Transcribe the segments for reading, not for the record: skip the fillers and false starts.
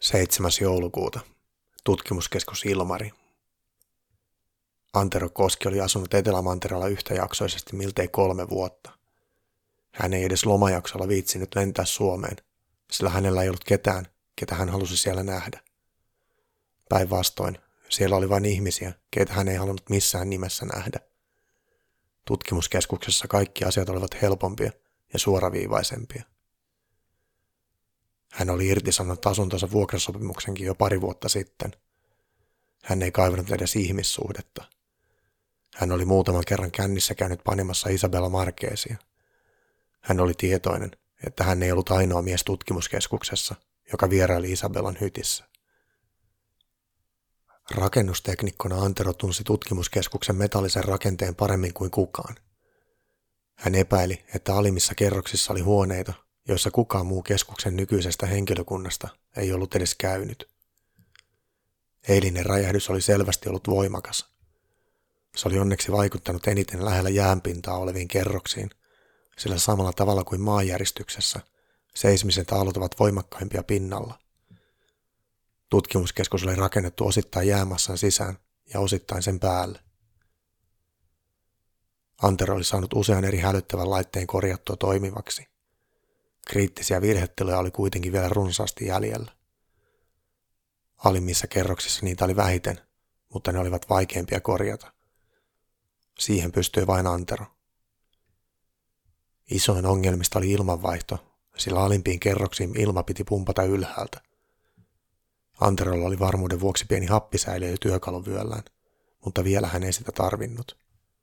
7. joulukuuta. Tutkimuskeskus Ilmari. Antero Koski oli asunut Etelämantereella yhtäjaksoisesti miltei 3 vuotta. Hän ei edes lomajaksolla viitsinyt lentää Suomeen, sillä hänellä ei ollut ketään, ketä hän halusi siellä nähdä. Päinvastoin, siellä oli vain ihmisiä, keitä hän ei halunnut missään nimessä nähdä. Tutkimuskeskuksessa kaikki asiat olivat helpompia ja suoraviivaisempia. Hän oli irtisanonut asuntonsa vuokrasopimuksenkin jo 2 vuotta sitten. Hän ei kaivannut edes ihmissuhdetta. Hän oli muutaman kerran kännissä käynyt panemassa Isabella Marquezia. Hän oli tietoinen, että hän ei ollut ainoa mies tutkimuskeskuksessa, joka vieraili Isabellan hytissä. Rakennusteknikkona Antero tunsi tutkimuskeskuksen metallisen rakenteen paremmin kuin kukaan. Hän epäili, että alimmissa kerroksissa oli huoneita, joissa kukaan muu keskuksen nykyisestä henkilökunnasta ei ollut edes käynyt. Eilinen räjähdys oli selvästi ollut voimakas. Se oli onneksi vaikuttanut eniten lähellä jäänpintaa oleviin kerroksiin, sillä samalla tavalla kuin maanjäristyksessä seismiset aallot ovat voimakkaimpia pinnalla. Tutkimuskeskus oli rakennettu osittain jäämassan sisään ja osittain sen päälle. Antero oli saanut usean eri hälyttävän laitteen korjattua toimivaksi. Kriittisiä virhetiloja oli kuitenkin vielä runsaasti jäljellä. Alimmissa kerroksissa niitä oli vähiten, mutta ne olivat vaikeimpia korjata. Siihen pystyi vain Antero. Isoin ongelmista oli ilmanvaihto, sillä alimpiin kerroksiin ilma piti pumpata ylhäältä. Anterolla oli varmuuden vuoksi pieni happisäiliö työkaluvyöllään, mutta vielä hän ei sitä tarvinnut.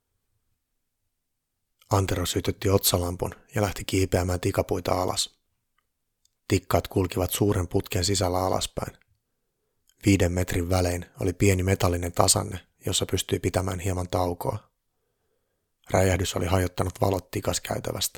Antero sytytti otsalampun ja lähti kiipeämään tikapuita alas. Tikkaat kulkivat suuren putken sisällä alaspäin. 5 metrin välein oli pieni metallinen tasanne, jossa pystyi pitämään hieman taukoa. Räjähdys oli hajottanut valot tikaskäytävästä.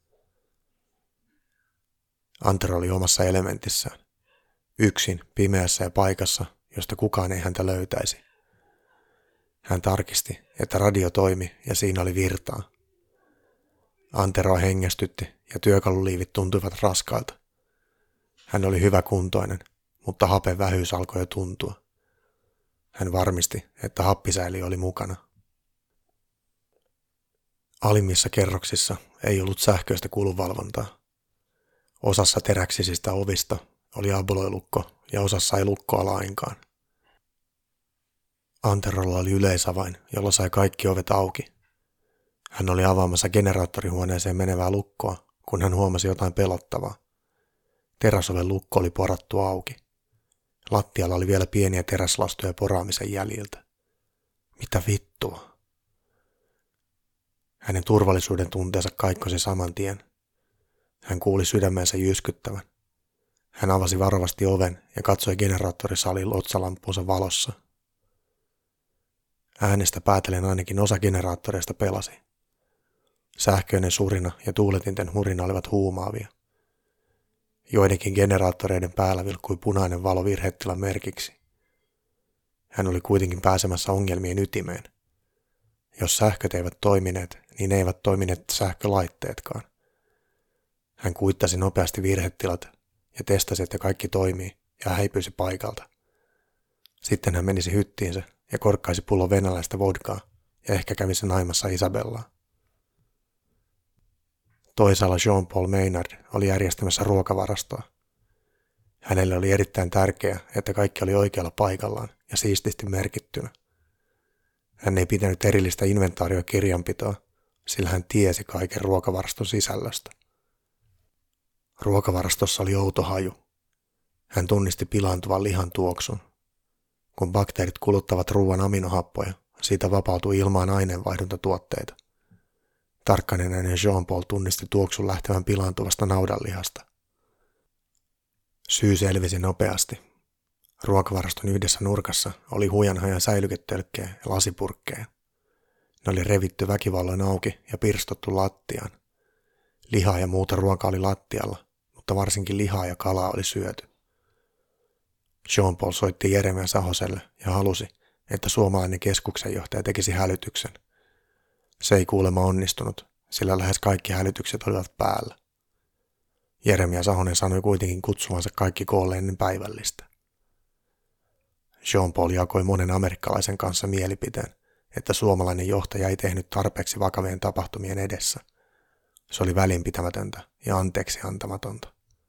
Antero oli omassa elementissään. Yksin, pimeässä ja paikassa, josta kukaan ei häntä löytäisi. Hän tarkisti, että radio toimi ja siinä oli virtaa. Anteroa hengästytti ja työkaluliivit tuntuivat raskailta. Hän oli hyväkuntoinen, mutta hapen vähyys alkoi jo tuntua. Hän varmisti, että happisäiliö oli mukana. Alimmissa kerroksissa ei ollut sähköistä kulunvalvontaa. Osassa teräksisistä ovista oli abloilukko ja osassa ei lukkoa lainkaan. Anterolla oli yleisavain, jolla sai kaikki ovet auki. Hän oli avaamassa generaattorihuoneeseen menevää lukkoa, kun hän huomasi jotain pelottavaa. Teräsoven lukko oli porattu auki. Lattialla oli vielä pieniä teräslastuja poraamisen jäljiltä. Mitä vittua? Hänen turvallisuuden tunteensa kaikkosi saman tien. Hän kuuli sydämensä jyskyttävän. Hän avasi varovasti oven ja katsoi generaattorisalin otsalampunsa valossa. Äänestä päätellen ainakin osa generaattoreista pelasi. Sähköinen surina ja tuuletinten hurina olivat huumaavia. Joidenkin generaattoreiden päällä vilkkui punainen valo virhetilan merkiksi. Hän oli kuitenkin pääsemässä ongelmien ytimeen. Jos sähköt eivät toimineet, niin eivät toimineet sähkölaitteetkaan. Hän kuittasi nopeasti virhetilat ja testasi, että kaikki toimii ja häipyisi paikalta. Sitten hän menisi hyttiinsä ja korkkaisi pullon venäläistä vodkaa ja ehkä kävisi naimassa Isabellaa. Toisaalla Jean-Paul Maynard oli järjestämässä ruokavarastoa. Hänelle oli erittäin tärkeää, että kaikki oli oikealla paikallaan ja siististi merkittynä. Hän ei pitänyt erillistä inventaariokirjanpitoa, sillä hän tiesi kaiken ruokavaraston sisällöstä. Ruokavarastossa oli outo haju. Hän tunnisti pilaantuvan lihan tuoksun. Kun bakteerit kuluttavat ruoan aminohappoja, siitä vapautuu ilmaan aineenvaihduntatuotteita. Tarkkainen Jean-Paul tunnisti tuoksun lähtevän pilaantuvasta naudanlihasta. Syy selvisi nopeasti. Ruokavaraston yhdessä nurkassa oli hujanhajan säilyketölkkejä ja lasipurkkeja. Ne oli revitty väkivalloin auki ja pirstottu lattiaan. Lihaa ja muuta ruokaa oli lattialla, mutta varsinkin lihaa ja kalaa oli syöty. Jean-Paul soitti Jeremia Sahoselle ja halusi, että suomalainen keskuksenjohtaja tekisi hälytyksen. Se ei kuulemma onnistunut, sillä lähes kaikki hälytykset olivat päällä. Jeremia Sahonen sanoi kuitenkin kutsuvansa kaikki koolle ennen päivällistä. Jean-Paul jakoi monen amerikkalaisen kanssa mielipiteen, että suomalainen johtaja ei tehnyt tarpeeksi vakavien tapahtumien edessä. Se oli välinpitämätöntä ja anteeksi antamatonta.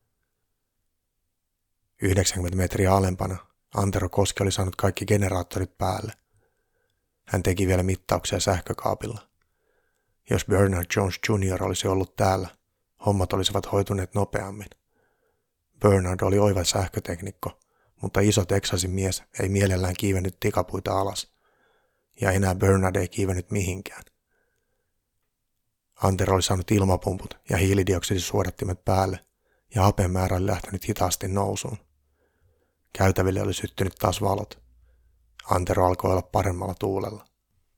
90 metriä alempana Antero Koski oli saanut kaikki generaattorit päälle. Hän teki vielä mittauksia sähkökaapilla. Jos Bernard Jones Jr. olisi ollut täällä, hommat olisivat hoituneet nopeammin. Bernard oli oiva sähköteknikko, mutta iso Texasin mies ei mielellään kiivennyt tikapuita alas. Ja enää Bernard ei kiivennyt mihinkään. Antero oli saanut ilmapumput ja hiilidioksidisuodattimet päälle, ja hapen määrä oli lähtenyt hitaasti nousuun. Käytäville oli syttynyt taas valot. Antero alkoi olla paremmalla tuulella.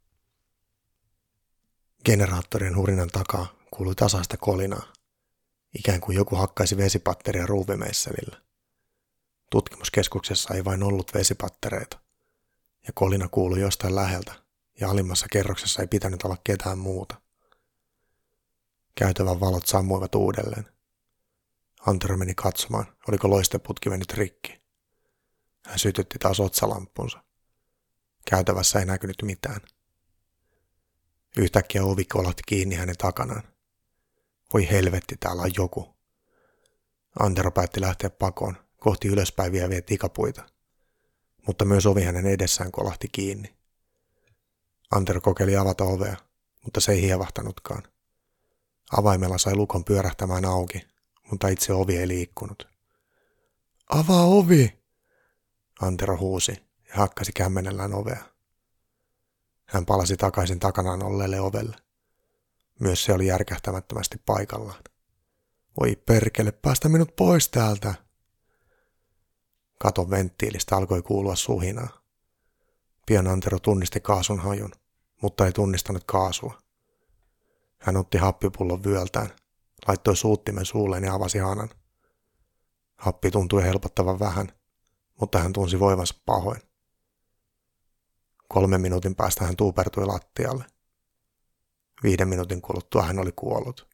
Generaattorien hurinan takaa kuului tasaista kolinaa, ikään kuin joku hakkaisi vesipatteria ruuvimeisselillä. Tutkimuskeskuksessa ei vain ollut vesipattereita, ja kolina kuului jostain läheltä, ja alimmassa kerroksessa ei pitänyt olla ketään muuta. Käytävän valot sammuivat uudelleen. Antero meni katsomaan, oliko loisteputki mennyt rikki. Hän sytytti taas otsalampunsa. Käytävässä ei näkynyt mitään. Yhtäkkiä ovi kolahti kiinni hänen takanaan. Voi helvetti, täällä on joku. Antero päätti lähteä pakoon kohti ylöspäin vieviä tikapuita, mutta myös ovi hänen edessään kolahti kiinni. Antero kokeili avata ovea, mutta se ei hievahtanutkaan. Avaimella sai lukon pyörähtämään auki, mutta itse ovi ei liikkunut. Avaa ovi! Antero huusi ja hakkasi kämmenellään ovea. Hän palasi takaisin takanaan olleelle ovelle. Myös se oli järkähtämättömästi paikallaan. Voi perkele, päästä minut pois täältä! Katon venttiilistä alkoi kuulua suhinaa. Pian Antero tunnisti kaasun hajun, mutta ei tunnistanut kaasua. Hän otti happipullon vyöltään, laittoi suuttimen suulleen ja avasi hanan. Happi tuntui helpottavan vähän, mutta hän tunsi voivansa pahoin. 3 minuutin päästä hän tuupertui lattialle. 5 minuutin kuluttua hän oli kuollut.